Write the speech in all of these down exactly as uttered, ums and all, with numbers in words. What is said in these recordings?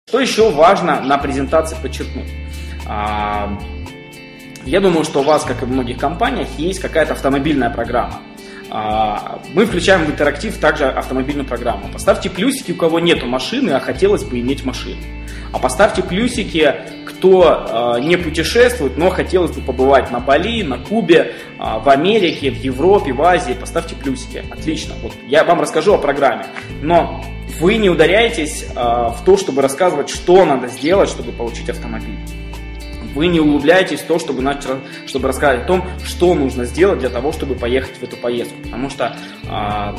Что еще важно на презентации подчеркнуть? Я думаю, что у вас, как и в многих компаниях, есть какая-то автомобильная программа. Мы включаем в интерактив также автомобильную программу. Поставьте плюсики, у кого нету машины, а хотелось бы иметь машину. А поставьте плюсики, кто не путешествует, но хотелось бы побывать на Бали, на Кубе, в Америке, в Европе, в Азии. Поставьте плюсики. Отлично. Вот я вам расскажу о программе. Но вы не ударяйтесь в то, чтобы рассказывать, что надо сделать, чтобы получить автомобиль. Вы не углубляетесь в то, чтобы, чтобы рассказать о том, что нужно сделать для того, чтобы поехать в эту поездку. Потому что а,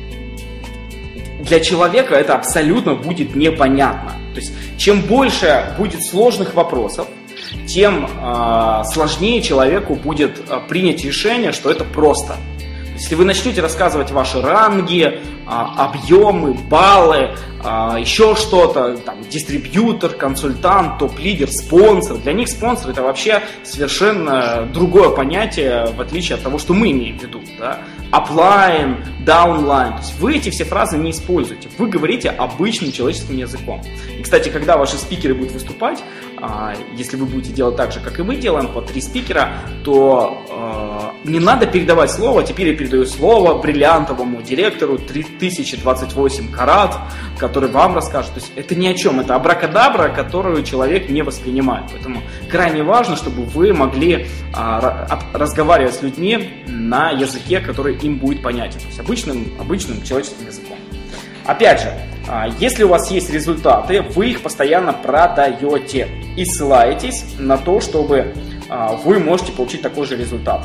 для человека это абсолютно будет непонятно. То есть, чем больше будет сложных вопросов, тем а, сложнее человеку будет а, принять решение, что это просто. Если вы начнете рассказывать ваши ранги, объемы, баллы, еще что-то, там, дистрибьютор, консультант, топ-лидер, спонсор, для них спонсор это вообще совершенно другое понятие, в отличие от того, что мы имеем в виду. Да? Upline, downline, то есть вы эти все фразы не используете, вы говорите обычным человеческим языком. И, кстати, когда ваши спикеры будут выступать, если вы будете делать так же, как и мы делаем, по три спикера, то э, не надо передавать слово. Теперь я передаю слово бриллиантовому директору три тысячи двадцать восемь карат, который вам расскажет. То есть это ни о чем, это абракадабра, которую человек не воспринимает. Поэтому крайне важно, чтобы вы могли э, разговаривать с людьми на языке, который им будет понятен, то есть обычным, обычным человеческим языком. Опять же, если у вас есть результаты, вы их постоянно продаете и ссылаетесь на то, чтобы вы можете получить такой же результат.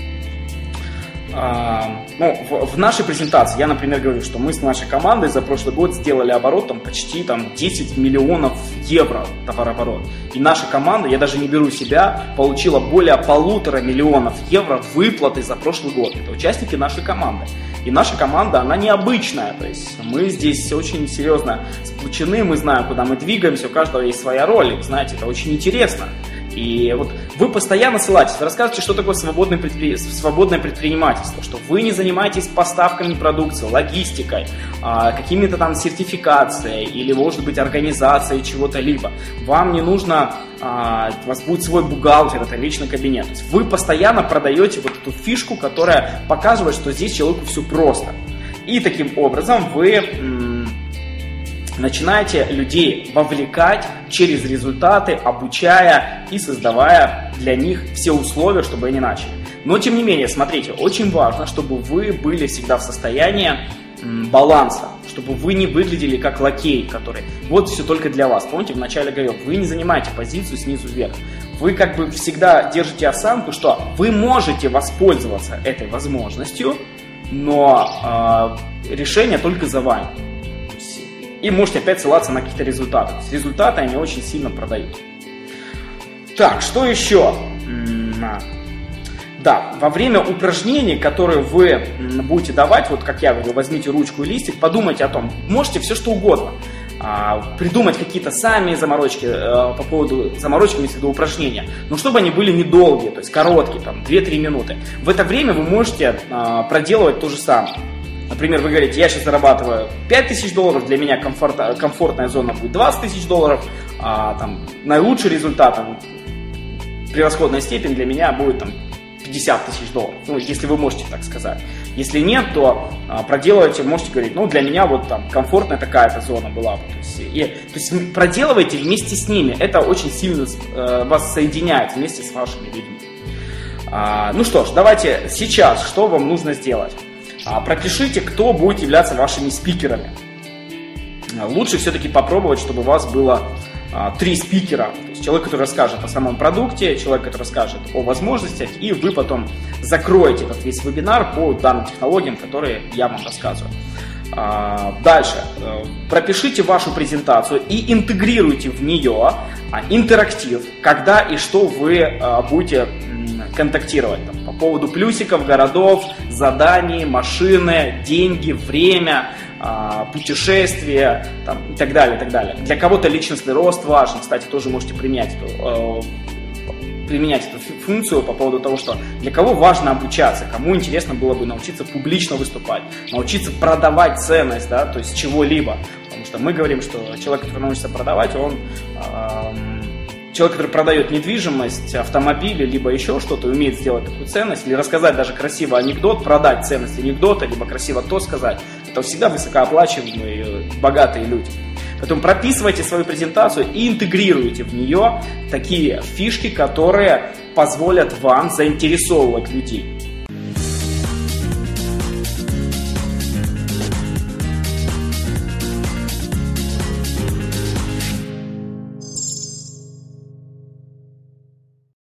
Ну, в, в нашей презентации я, например, говорю, что мы с нашей командой за прошлый год сделали оборот там, почти там, десять миллионов евро товарооборот. И наша команда, я даже не беру себя, получила более полутора миллионов евро выплаты за прошлый год. Это участники нашей команды. И наша команда, она необычная, то есть мы здесь очень серьезно сплочены, мы знаем, куда мы двигаемся, у каждого есть своя роль, и, знаете, это очень интересно. И вот вы постоянно ссылаетесь, вы рассказываете, что такое свободное, предпри... свободное предпринимательство, что вы не занимаетесь поставками продукции, логистикой, какими-то там сертификацией или, может быть, организацией чего-то либо. Вам не нужно, у вас будет свой бухгалтер, это личный кабинет. То есть вы постоянно продаете вот эту фишку, которая показывает, что здесь человеку все просто. И таким образом вы начинаете людей вовлекать через результаты, обучая и создавая для них все условия, чтобы они начали. Но тем не менее, смотрите, очень важно, чтобы вы были всегда в состоянии баланса, чтобы вы не выглядели как лакей, который вот все только для вас. Помните, вначале говорил, вы не занимаете позицию снизу вверх. Вы как бы всегда держите осанку, что вы можете воспользоваться этой возможностью, но э, решение только за вами. И можете опять ссылаться на какие-то результаты. То есть результаты они очень сильно продают. Так, что еще? Да, во время упражнений, которые вы будете давать, вот как я говорю, возьмите ручку и листик, подумайте о том, можете все что угодно. Придумать какие-то сами заморочки по поводу заморочки, если до упражнения, но чтобы они были недолгие, то есть короткие, там две-три минуты. В это время вы можете проделывать то же самое. Например, вы говорите, я сейчас зарабатываю пять тысяч долларов, для меня комфорт, комфортная зона будет двадцать тысяч долларов, а там, наилучший результат, там, превосходная степень для меня будет там, пятьдесят тысяч долларов, ну, если вы можете так сказать. Если нет, то а, проделывайте, можете говорить, ну, для меня вот там комфортная такая-то зона была бы. То есть, и, то есть проделывайте вместе с ними, это очень сильно э, вас соединяет вместе с вашими людьми. А, ну что ж, давайте сейчас, что вам нужно сделать? Пропишите, кто будет являться вашими спикерами. Лучше все-таки попробовать, чтобы у вас было а, три спикера. То есть человек, который расскажет о самом продукте, человек, который расскажет о возможностях, и вы потом закроете этот весь вебинар по данным технологиям, которые я вам рассказываю. А, дальше. Пропишите вашу презентацию и интегрируйте в нее а, интерактив, когда и что вы а, будете контактировать там, по поводу плюсиков, городов, заданий, машины, деньги, время, э, путешествия там, и так далее, и так далее. Для кого-то личностный рост важен, кстати, тоже можете применять эту, э, применять эту функцию по поводу того, что для кого важно обучаться, кому интересно было бы научиться публично выступать, научиться продавать ценность, да, то есть чего-либо. Потому что мы говорим, что человек, который научится продавать, он человек, который продает недвижимость, автомобили, либо еще что-то, умеет сделать такую ценность, или рассказать даже красиво анекдот, продать ценность анекдота, либо красиво то сказать, это всегда высокооплачиваемые, богатые люди. Поэтому прописывайте свою презентацию и интегрируйте в нее такие фишки, которые позволят вам заинтересовывать людей.